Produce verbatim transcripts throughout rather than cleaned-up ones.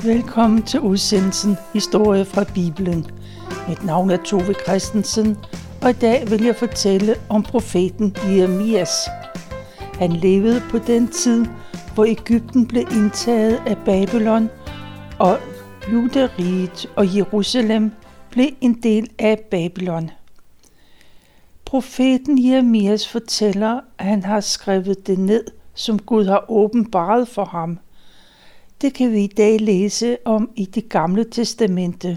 Velkommen til udsendelsen Historie fra Bibelen. Mit navn er Tove Christensen, og i dag vil jeg fortælle om profeten Jeremias. Han levede på den tid, hvor Egypten blev indtaget af Babylon, og Judariget og Jerusalem blev en del af Babylon. Profeten Jeremias fortæller, at han har skrevet det ned, som Gud har åbenbaret for ham. Det kan vi i dag læse om i Det Gamle Testamente.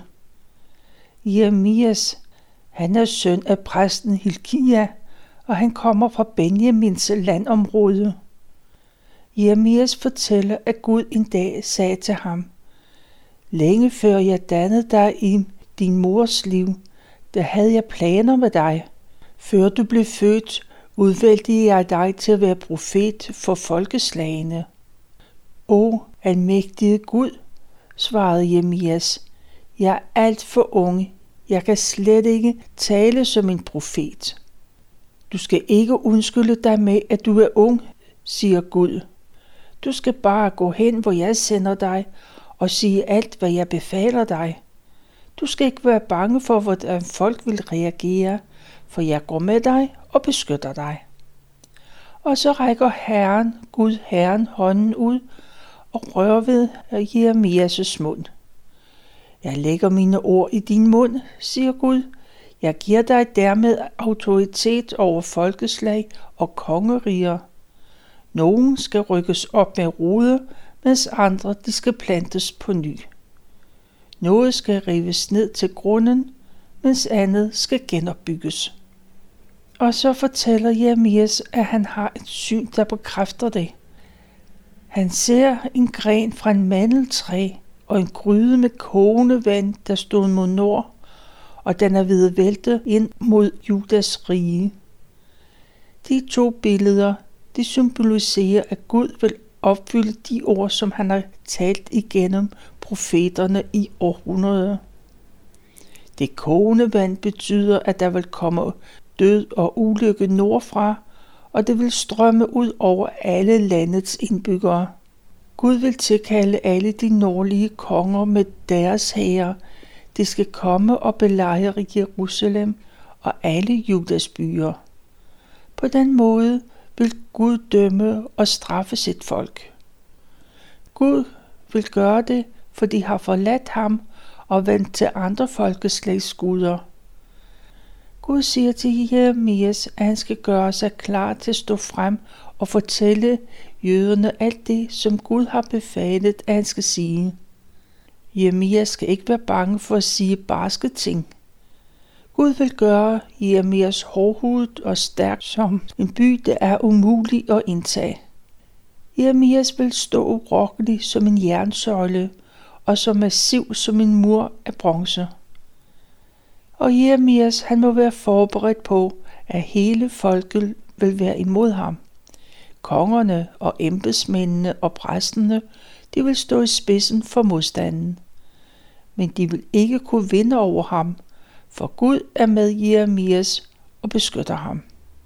Jeremias, han er søn af præsten Hilkia, og han kommer fra Benjamins landområde. Jeremias fortæller, at Gud en dag sagde til ham: Længe før jeg dannede dig i din mors liv, der havde jeg planer med dig. Før du blev født, udvalgte jeg dig til at være profet for folkeslagene. O, almægtige Gud, svarede Jeremias, jeg er alt for ung. Jeg kan slet ikke tale som en profet. Du skal ikke undskylde dig med, at du er ung, siger Gud. Du skal bare gå hen, hvor jeg sender dig, og sige alt, hvad jeg befaler dig. Du skal ikke være bange for, hvordan folk vil reagere, for jeg går med dig og beskytter dig. Og så rækker Herren, Gud Herren, hånden ud og rører ved Jeremias' mund. Jeg lægger mine ord i din mund, siger Gud. Jeg giver dig dermed autoritet over folkeslag og kongeriger. Nogen skal rykkes op med rode, mens andre de skal plantes på ny. Noget skal rives ned til grunden, mens andet skal genopbygges. Og så fortæller Jeremias, at han har et syn, der bekræfter det. Han ser en gren fra en mandeltræ og en gryde med kogende vand, der stod mod nord, og den er ved at vælte ind mod Judas rige. De to billeder, de symboliserer, at Gud vil opfylde de ord, som han har talt igennem profeterne i århundreder. Det kogende vand betyder, at der vil komme død og ulykke nordfra, og det vil strømme ud over alle landets indbyggere. Gud vil tilkalde alle de nordlige konger med deres hære. De skal komme og belejre Jerusalem og alle Judas byer. På den måde vil Gud dømme og straffe sit folk. Gud vil gøre det, for de har forladt ham og vendt til andre folkeslags guder. Gud siger til Jeremias, at han skal gøre sig klar til at stå frem og fortælle jøderne alt det, som Gud har befalet, at han skal sige. Jeremias skal ikke være bange for at sige barske ting. Gud vil gøre Jeremias hårdhudet og stærk som en by, der er umulig at indtage. Jeremias vil stå urokkelig som en jernsøjle og så massiv som en mur af bronze. Og Jeremias, han må være forberedt på, at hele folket vil være imod ham. Kongerne og embedsmændene og præsterne, de vil stå i spidsen for modstanden. Men de vil ikke kunne vinde over ham, for Gud er med Jeremias og beskytter ham.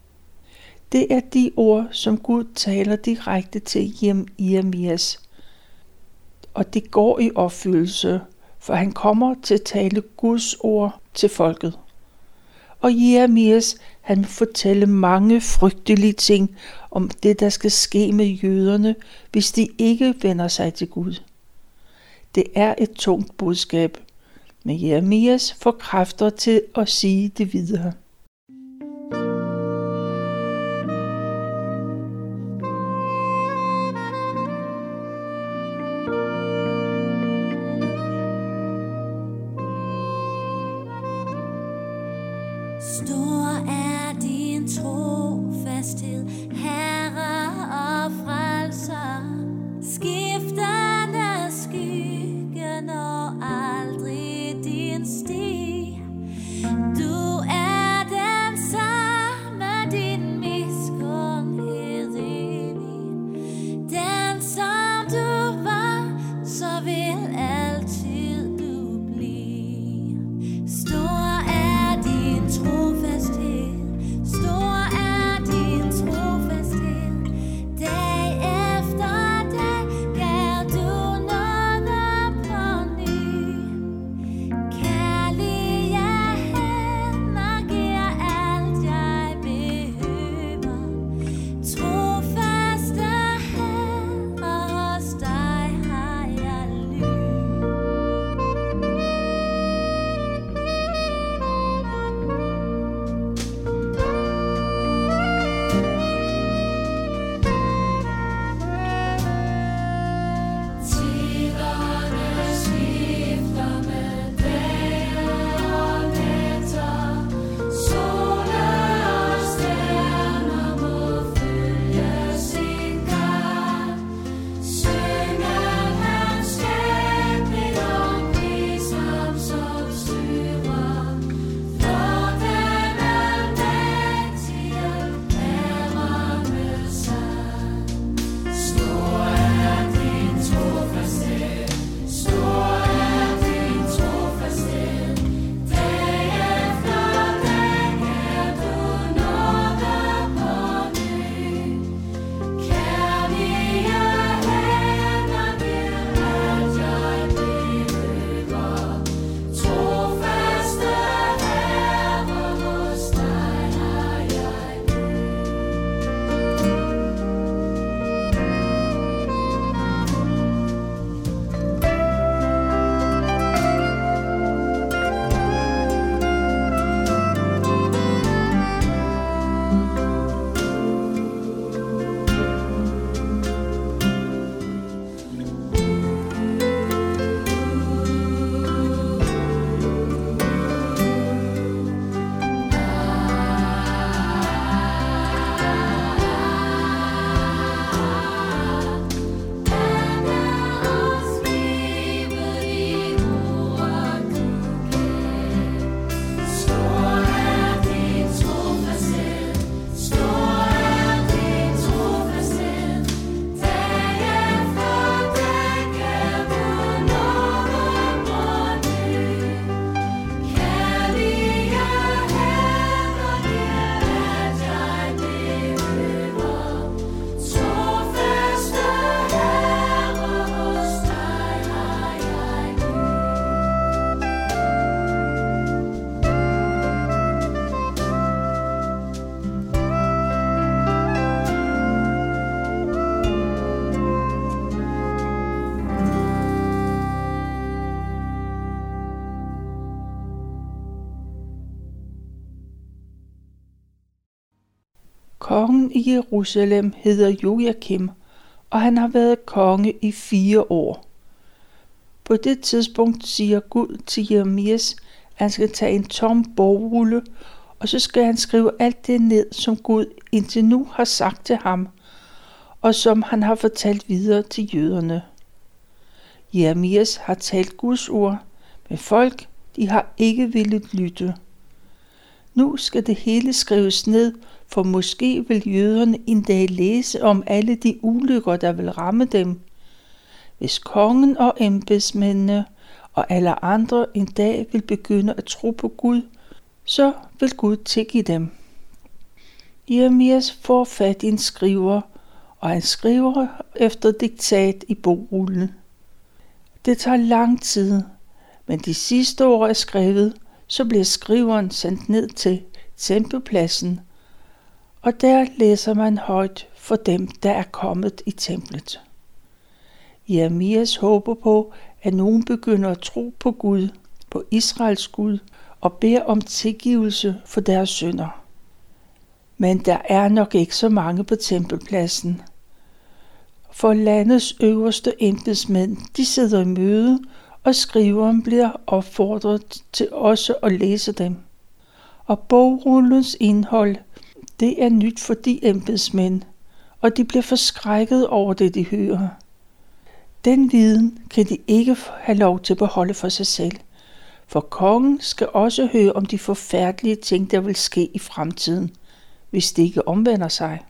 Det er de ord, som Gud taler direkte til Jeremias. Og det går i opfyldelse, for han kommer til at tale Guds ord til folket. Og Jeremias, han vil fortælle mange frygtelige ting om det, der skal ske med jøderne, hvis de ikke vender sig til Gud. Det er et tungt budskab, men Jeremias får kræfter til at sige det videre. Stor er din trofasthed, Herre og frelser. Skiftende skygge når aldrig din sti. Du er den samme, din miskundhed evig. Den som du var, så vil altid du blive. Stor er din trofasthed, stor er din trofasthed. Dag efter dag gav du nåde på Kongen i Jerusalem hedder Jojakim, og han har været konge i fire år. På det tidspunkt siger Gud til Jeremias, at han skal tage en tom bogrulle, og så skal han skrive alt det ned, som Gud indtil nu har sagt til ham, og som han har fortalt videre til jøderne. Jeremias har talt Guds ord, men folk, de har ikke villet lytte. Nu skal det hele skrives ned, for måske vil jøderne en dag læse om alle de ulykker, der vil ramme dem. Hvis kongen og embedsmændene og alle andre en dag vil begynde at tro på Gud, så vil Gud tilgive dem. Jeremias får fat i en skriver, og han skriver efter diktat i bogrullen. Det tager lang tid, men de sidste år er skrevet, så bliver skriveren sendt ned til tempelpladsen, og der læser man højt for dem, der er kommet i templet. Jeremias håber på, at nogen begynder at tro på Gud, på Israels Gud, og beder om tilgivelse for deres synder. Men der er nok ikke så mange på tempelpladsen. For landets øverste embedsmænd, de sidder i møde, og skriveren bliver opfordret til også at læse dem. Og bogrullens indhold, det er nyt for de embedsmænd, og de bliver forskrækket over det, de hører. Den viden kan de ikke have lov til at beholde for sig selv, for kongen skal også høre om de forfærdelige ting, der vil ske i fremtiden, hvis de ikke omvender sig.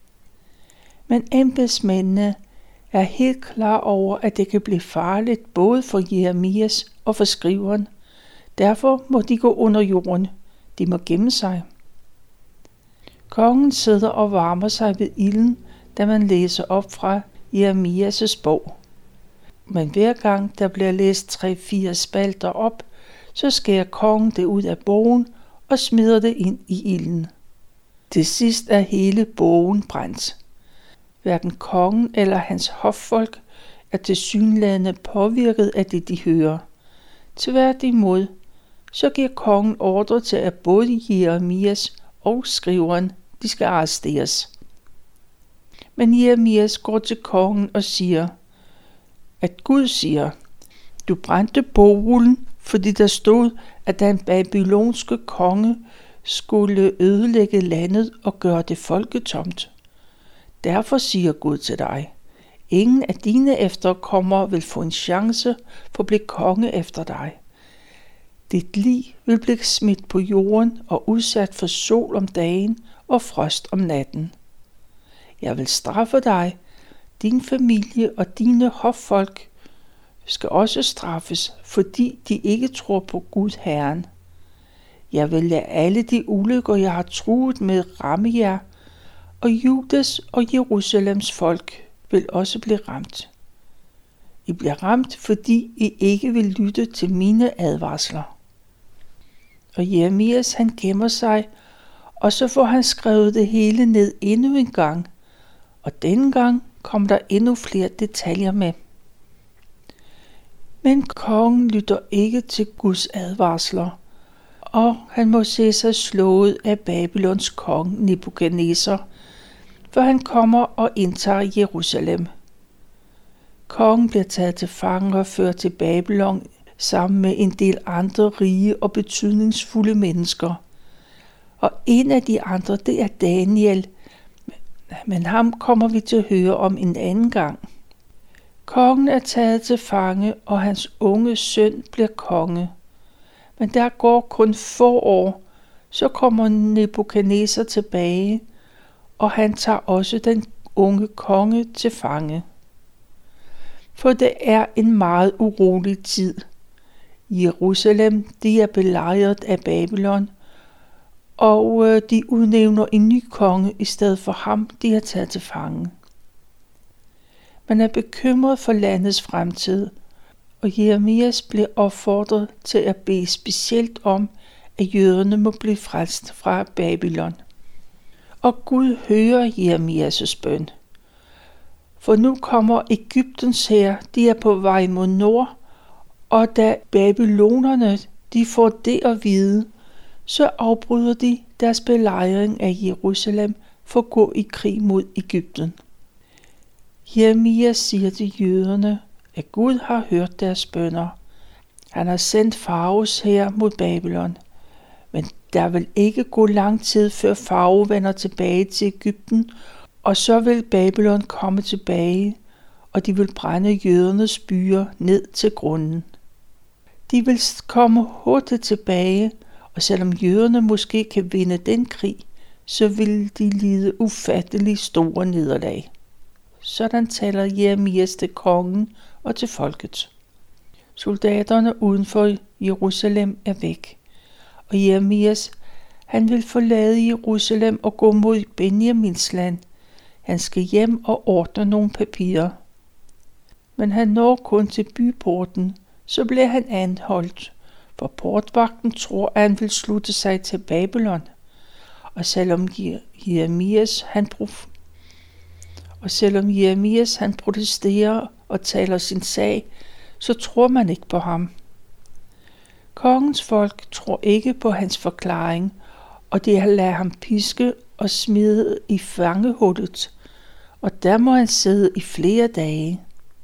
Men embedsmændene er helt klar over, at det kan blive farligt både for Jeremias og for skriveren. Derfor må de gå under jorden. De må gemme sig. Kongen sidder og varmer sig ved ilden, da man læser op fra Jeremias' bog. Men hver gang der bliver læst tre-fire spalter op, så skærer kongen det ud af bogen og smider det ind i ilden. Til sidst er hele bogen brændt. Hverken kongen eller hans hoffolk er tilsyneladende påvirket af det, de hører. Tværtimod, så giver kongen ordre til, at både Jeremias og skriveren, de skal arresteres. Men Jeremias går til kongen og siger, at Gud siger, du brændte bogrullen, fordi der stod, at den babylonske konge skulle ødelægge landet og gøre det folketomt. Derfor siger Gud til dig, ingen af dine efterkommere vil få en chance for at blive konge efter dig. Dit lig vil blive smidt på jorden og udsat for sol om dagen og frost om natten. Jeg vil straffe dig, din familie og dine hoffolk skal også straffes, fordi de ikke tror på Gud Herren. Jeg vil lade alle de ulykker, jeg har truet med, ramme jer, og Judas og Jerusalems folk vil også blive ramt. I bliver ramt, fordi I ikke vil lytte til mine advarsler. Og Jeremias, han gemmer sig, og så får han skrevet det hele ned endnu en gang, og denne gang kom der endnu flere detaljer med. Men kongen lytter ikke til Guds advarsler, og han må se sig slået af Babylons konge Nebukadnesar, for han kommer og indtager Jerusalem. Kongen bliver taget til fange og ført til Babylon sammen med en del andre rige og betydningsfulde mennesker. Og en af de andre, det er Daniel, men ham kommer vi til at høre om en anden gang. Kongen er taget til fange, og hans unge søn bliver konge. Men der går kun få år, så kommer Nebukadnesar tilbage, og han tager også den unge konge til fange. For det er en meget urolig tid. Jerusalem, de er belejret af Babylon, og de udnævner en ny konge i stedet for ham, de har taget til fange. Man er bekymret for landets fremtid, og Jeremias bliver opfordret til at bede specielt om, at jøderne må blive frelst fra Babylon. Og Gud hører Jeremias' bøn. For nu kommer Egyptens hær, de er på vej mod nord, og da babylonerne, de får det at vide, så afbryder de deres belejring af Jerusalem for at gå i krig mod Egypten. Jeremia siger til jøderne, at Gud har hørt deres bønner. Han har sendt Faraos hær mod Babylon, men der vil ikke gå lang tid, før Farao vender tilbage til Egypten, og så vil Babylon komme tilbage, og de vil brænde jødernes byer ned til grunden. De vil komme hurtigt tilbage, og selvom jøderne måske kan vinde den krig, så vil de lide ufattelig store nederlag. Sådan taler Jeremias til kongen og til folket. Soldaterne uden for Jerusalem er væk, og Jeremias, han vil forlade Jerusalem og gå mod Benjamins land. Han skal hjem og ordne nogle papirer. Men han når kun til byporten, så bliver han anholdt, for portvagten tror, at han vil slutte sig til Babylon. Og selvom Jeremias, han prof- og selvom Jeremias, han protesterer og taler sin sag, så tror man ikke på ham. Kongens folk tror ikke på hans forklaring, og de har ladet ham piske og smide i fangehullet, og der må han sidde i flere dage.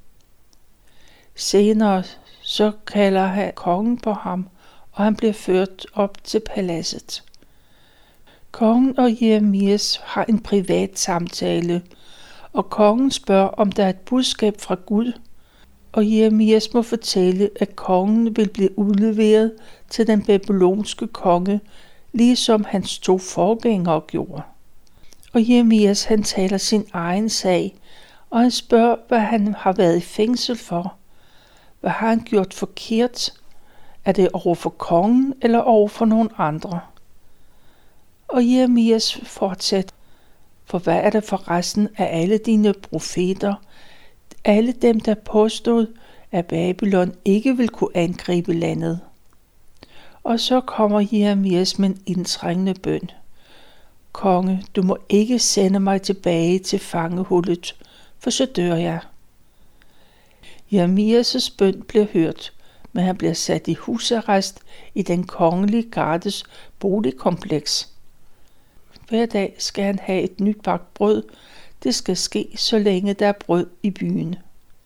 Senere så kalder han kongen på ham, og han bliver ført op til paladset. Kongen og Jeremias har en privat samtale, og kongen spørger, om der er et budskab fra Gud, og Jeremias må fortælle, at kongen vil blive udleveret til den babylonske konge, ligesom hans to forgængere gjorde. Og Jeremias, han taler sin egen sag, og han spørger, hvad han har været i fængsel for. Hvad har han gjort forkert? Er det over for kongen eller over for nogen andre? Og Jeremias fortsætter, for hvad er det for resten af alle dine profeter, alle dem, der påstod, at Babylon ikke vil kunne angribe landet? Og så kommer Jeremias med en indtrængende bøn. Konge, du må ikke sende mig tilbage til fangehullet, for så dør jeg. Jeremias' bøn bliver hørt, men han bliver sat i husarrest i den kongelige gardes boligkompleks. Hver dag skal han have et nyt bagt brød. Det skal ske, så længe der er brød i byen.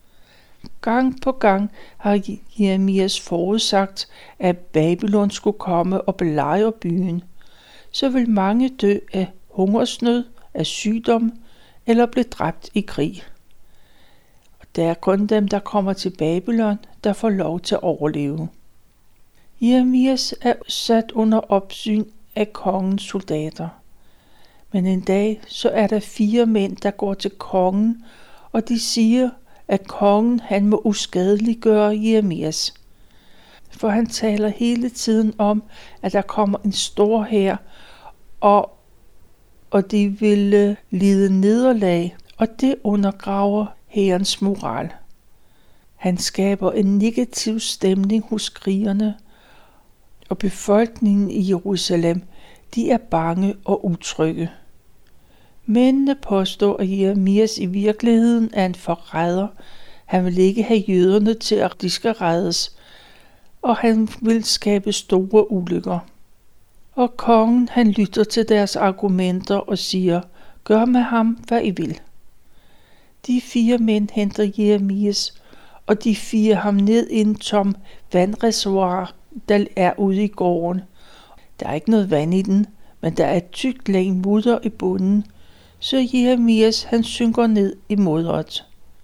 Gang på gang har Jeremias forudsagt, at Babylon skulle komme og belejre byen. Så vil mange dø af hungersnød, af sygdom eller blive dræbt i krig. Og det er kun dem, der kommer til Babylon, der får lov til at overleve. Jeremias er sat under opsyn af kongens soldater. Men en dag, så er der fire mænd, der går til kongen, og de siger, at kongen, han må uskadeliggøre Jeremias. For han taler hele tiden om, at der kommer en stor hær, og, og de vil lide nederlag, og det undergraver hærens moral. Han skaber en negativ stemning hos krigerne, og befolkningen i Jerusalem, de er bange og utrygge. Mændene påstår, at Jeremias i virkeligheden er en forræder. Han vil ikke have jøderne til, at de skal reddes, og han vil skabe store ulykker. Og kongen, han lytter til deres argumenter og siger, gør med ham, hvad I vil. De fire mænd henter Jeremias, og de firer ham ned i en tom vandreservoir, der er ude i gården. Der er ikke noget vand i den, men der er et tykt lag mudder i bunden, så Jeremias, han synker ned i mudderet.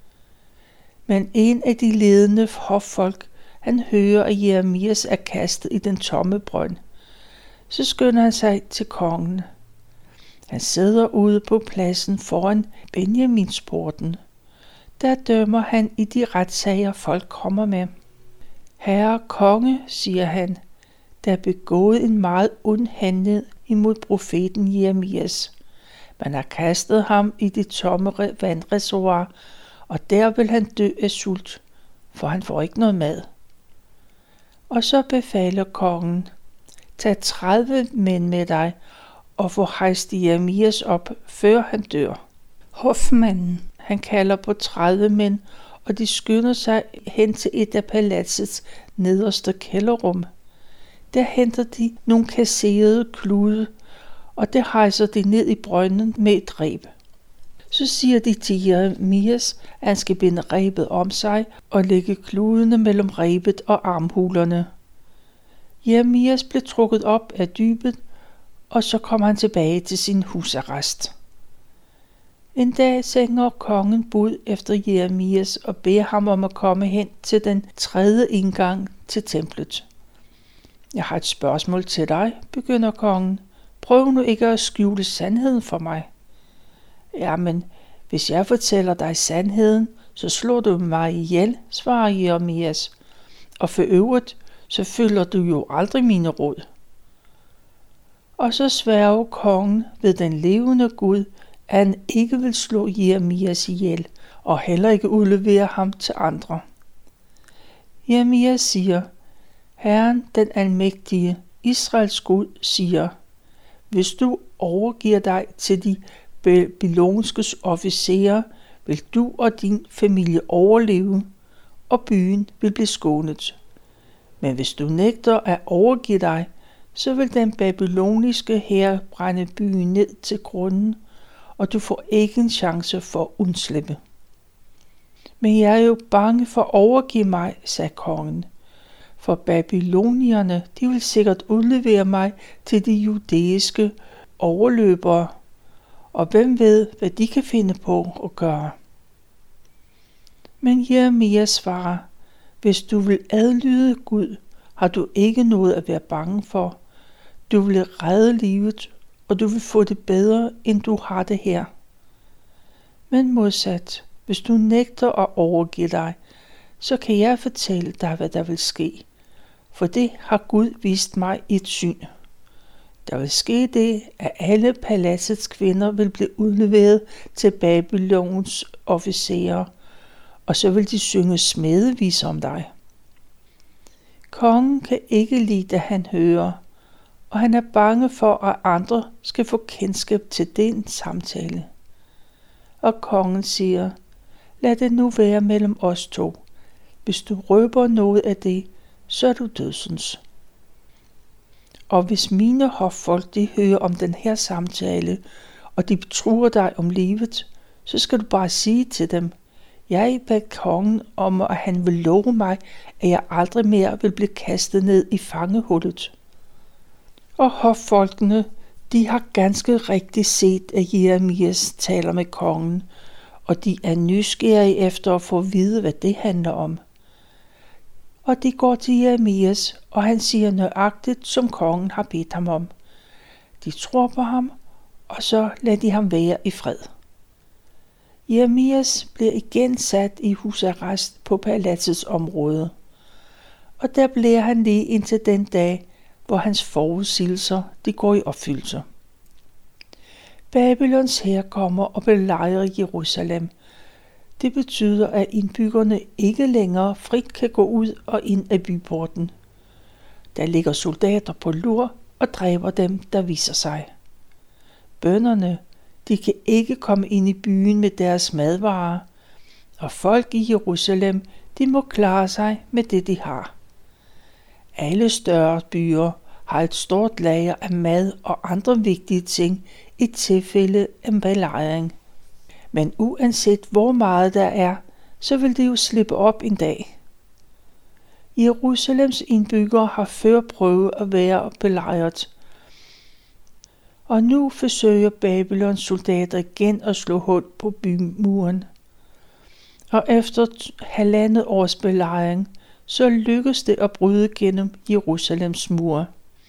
Men en af de ledende hoffolk, han hører, at Jeremias er kastet i den tomme brønd. Så skynder han sig til kongen. Han sidder ude på pladsen foran Benjaminsporten. Der dømmer han i de retssager, folk kommer med. Herre konge, siger han, der er begået en meget ond handling imod profeten Jeremias. Man har kastet ham i det tomme vandreservoir, og der vil han dø af sult, for han får ikke noget mad. Og så befaler kongen, tag tredive mænd med dig, og få hejst Jeremias op, før han dør. Hofmanden, han kalder på tredive mænd, og de skynder sig hen til et af paladsets nederste kælderrum. Der henter de nogle kasserede klude, og det hejser de ned i brønden med et reb. Så siger de til Jeremias, at han skal binde rebet om sig og lægge kludene mellem rebet og armhulerne. Jeremias blev trukket op af dybet, og så kom han tilbage til sin husarrest. En dag sender kongen bud efter Jeremias og beder ham om at komme hen til den tredje indgang til templet. Jeg har et spørgsmål til dig, begynder kongen. Prøv nu ikke at skjule sandheden for mig. Jamen, hvis jeg fortæller dig sandheden, så slår du mig ihjel, svarer Jeremias. Og for øvrigt, så følger du jo aldrig mine råd. Og så sværger kongen ved den levende Gud, at han ikke vil slå Jeremias ihjel, og heller ikke udlevere ham til andre. Jeremias siger, Herren, den almægtige, Israels Gud, siger, hvis du overgiver dig til de babylonske officerer, vil du og din familie overleve, og byen vil blive skånet. Men hvis du nægter at overgive dig, så vil den babyloniske hær brænde byen ned til grunden, og du får ikke en chance for at undslippe. Men jeg er jo bange for at overgive mig, sagde kongen, for babylonierne, de vil sikkert udlevere mig til de judæiske overløbere, og hvem ved, hvad de kan finde på at gøre. Men Jeremias svarer, hvis du vil adlyde Gud, har du ikke noget at være bange for. Du vil redde livet, og du vil få det bedre, end du har det her. Men modsat, hvis du nægter at overgive dig, så kan jeg fortælle dig, hvad der vil ske. For det har Gud vist mig i et syn. Der vil ske det, at alle paladsets kvinder vil blive udleveret til Babylons officerer, og så vil de synge smedevis om dig. Kongen kan ikke lide det, han hører, og han er bange for, at andre skal få kendskab til den samtale. Og kongen siger, lad det nu være mellem os to. Hvis du røber noget af det, så er du dødsens. Og hvis mine hoffolk de hører om den her samtale, og de betruer dig om livet, så skal du bare sige til dem, jeg bad kongen om, at han vil love mig, at jeg aldrig mere vil blive kastet ned i fangehullet. Og hoffolkene, de har ganske rigtigt set, at Jeremias taler med kongen, og de er nysgerrige efter at få at vide, hvad det handler om. Og de går til Jeremias, og han siger nøjagtigt, som kongen har bedt ham om. De tror på ham, og så lader de ham være i fred. Jeremias bliver igen sat i husarrest på paladsets område, og der bliver han lige indtil den dag, hvor hans forudsigelser de går i opfyldelse. Babylons hær kommer og belejrer Jerusalem. Det betyder, at indbyggerne ikke længere frit kan gå ud og ind af byporten. Der ligger soldater på lur og dræber dem, der viser sig. Bønderne, de kan ikke komme ind i byen med deres madvarer, og folk i Jerusalem, de må klare sig med det, de har. Alle større byer har et stort lager af mad og andre vigtige ting i tilfælde af belejring. Men uanset hvor meget der er, så vil det jo slippe op en dag. Jerusalems indbyggere har før prøvet at være belejret, og nu forsøger Babylons soldater igen at slå hul på bymuren. Og efter halvandet års belejring, så lykkes det at bryde gennem Jerusalems mure.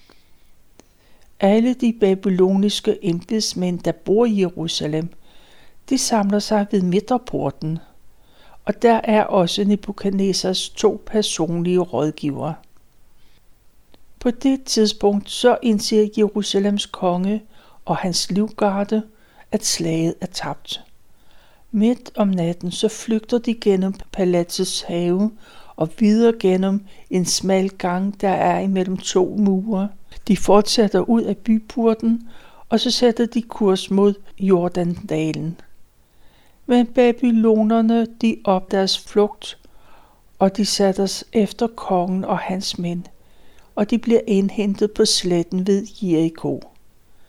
Alle de babyloniske embedsmænd, der bor i Jerusalem, de samler sig ved midterporten, og der er også Nebukadnesars to personlige rådgivere. På det tidspunkt så indser Jerusalems konge og hans livgarde, at slaget er tabt. Midt om natten så flygter de gennem paladsets have og videre gennem en smal gang, der er imellem to mure. De fortsætter ud af byporten, og så sætter de kurs mod Jordandalen. Men babylonerne, de op deres flugt, og de sattes efter kongen og hans mænd, og de bliver indhentet på sletten ved Jericho.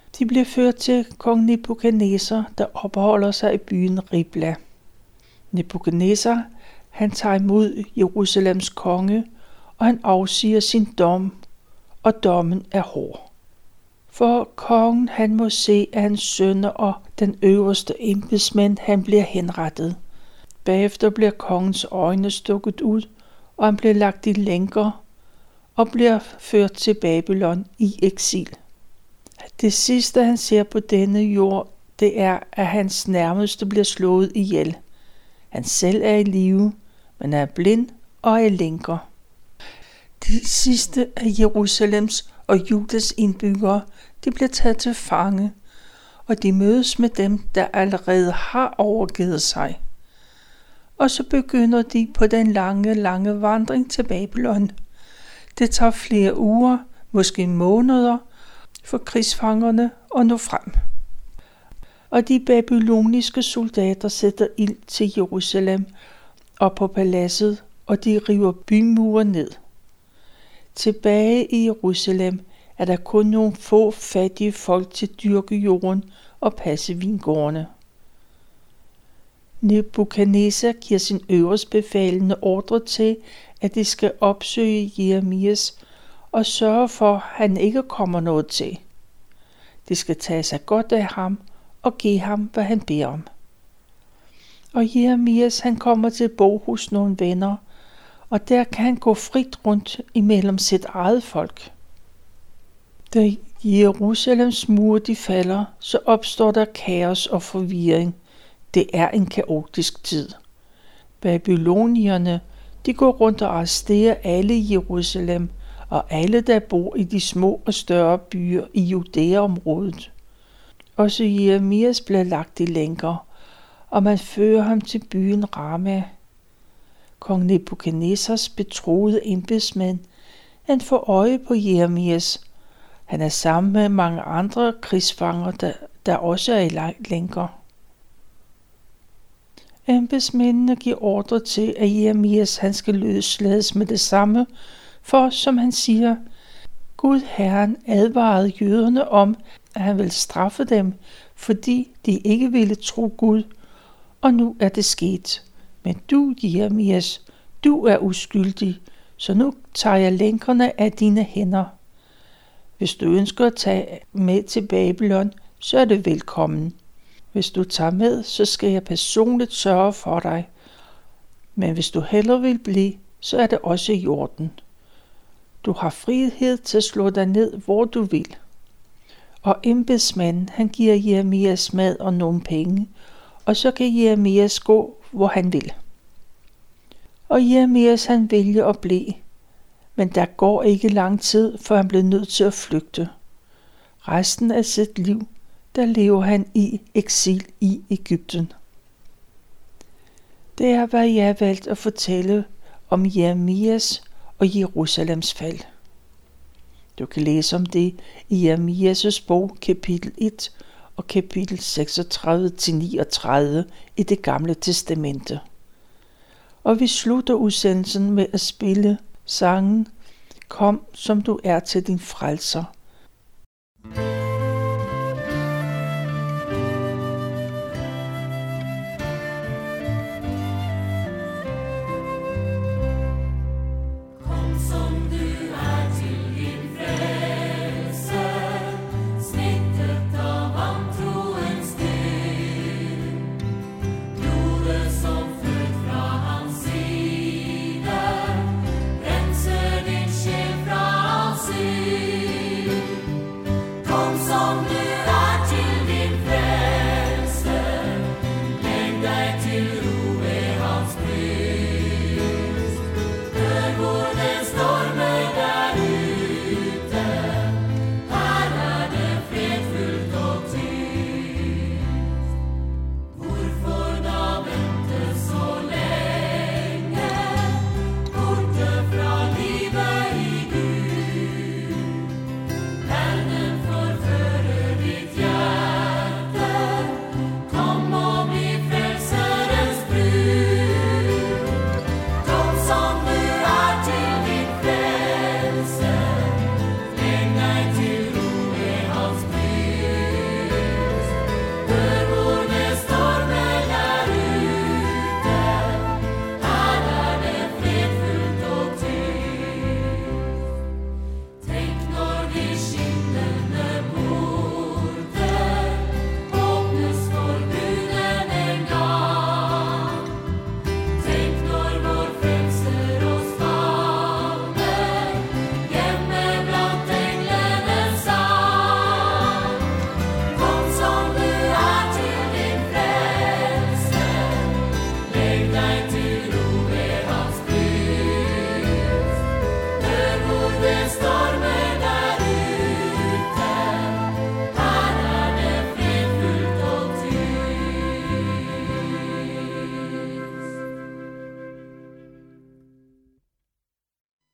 De bliver ført til kong Nebukadnesar, der opholder sig i byen Ribla. Nebukadnesar, han tager imod Jerusalems konge, og han afsiger sin dom, og dommen er hård. For kongen, han må se, at hans sønner og den øverste embedsmænd, han bliver henrettet. Bagefter bliver kongens øjne stukket ud, og han bliver lagt i lænker og bliver ført til Babylon i eksil. Det sidste, han ser på denne jord, det er, at hans nærmeste bliver slået ihjel. Han selv er i live, men er blind og er lænker. De sidste af Jerusalems og Judas indbyggere, de bliver taget til fange, og de mødes med dem, der allerede har overgivet sig. Og så begynder de på den lange, lange vandring til Babylon. Det tager flere uger, måske måneder, for krigsfangerne at nå frem. Og de babyloniske soldater sætter ild til Jerusalem og på paladset, og de river bymuren ned. Tilbage i Jerusalem er der kun nogle få fattige folk til at dyrke jorden og passe vingårdene. Nebukadnesar giver sin øverstbefalende ordre til, at de skal opsøge Jeremias og sørge for, at han ikke kommer noget til. De skal tage sig godt af ham og give ham, hvad han beder om. Og Jeremias, han kommer til at bo hos nogle venner, og der kan han gå frit rundt imellem sit eget folk. Da Jerusalems mure de falder, så opstår der kaos og forvirring. Det er en kaotisk tid. Babylonierne, de går rundt og arresterer alle i Jerusalem, og alle, der bor i de små og større byer i Judæa-området. Også Jeremias bliver lagt i lænker, og man fører ham til byen Rama. Kong Nebukadnesars betroede embedsmænd, han får øje på Jeremias. Han er sammen med mange andre krigsfanger, der, der også er i lænker. Embedsmændene giver ordre til, at Jeremias han skal løslades med det samme, for som han siger, Gud Herren advarede jøderne om, at han ville straffe dem, fordi de ikke ville tro Gud, og nu er det sket. Men du, Jeremias, du er uskyldig, så nu tager jeg lænkerne af dine hænder. Hvis du ønsker at tage med til Babylon, så er det velkommen. Hvis du tager med, så skal jeg personligt sørge for dig. Men hvis du hellere vil blive, så er det også i orden. Du har frihed til at slå dig ned, hvor du vil. Og embedsmanden, han giver Jeremias mad og nogle penge, og så kan Jeremias gå, hvor han vil. Og Jeremias, han vælger at blive, men der går ikke lang tid, før han bliver nødt til at flygte. Resten af sit liv, der lever han i eksil i Egypten. Det er, hvad jeg har valgt at fortælle om Jeremias og Jerusalems fald. Du kan læse om det i Jeremias' bog, kapitel et og kapitel seksogtredive til niogtredive i det gamle testamente. Og vi slutter udsendelsen med at spille sangen Kom som du er til din frelser.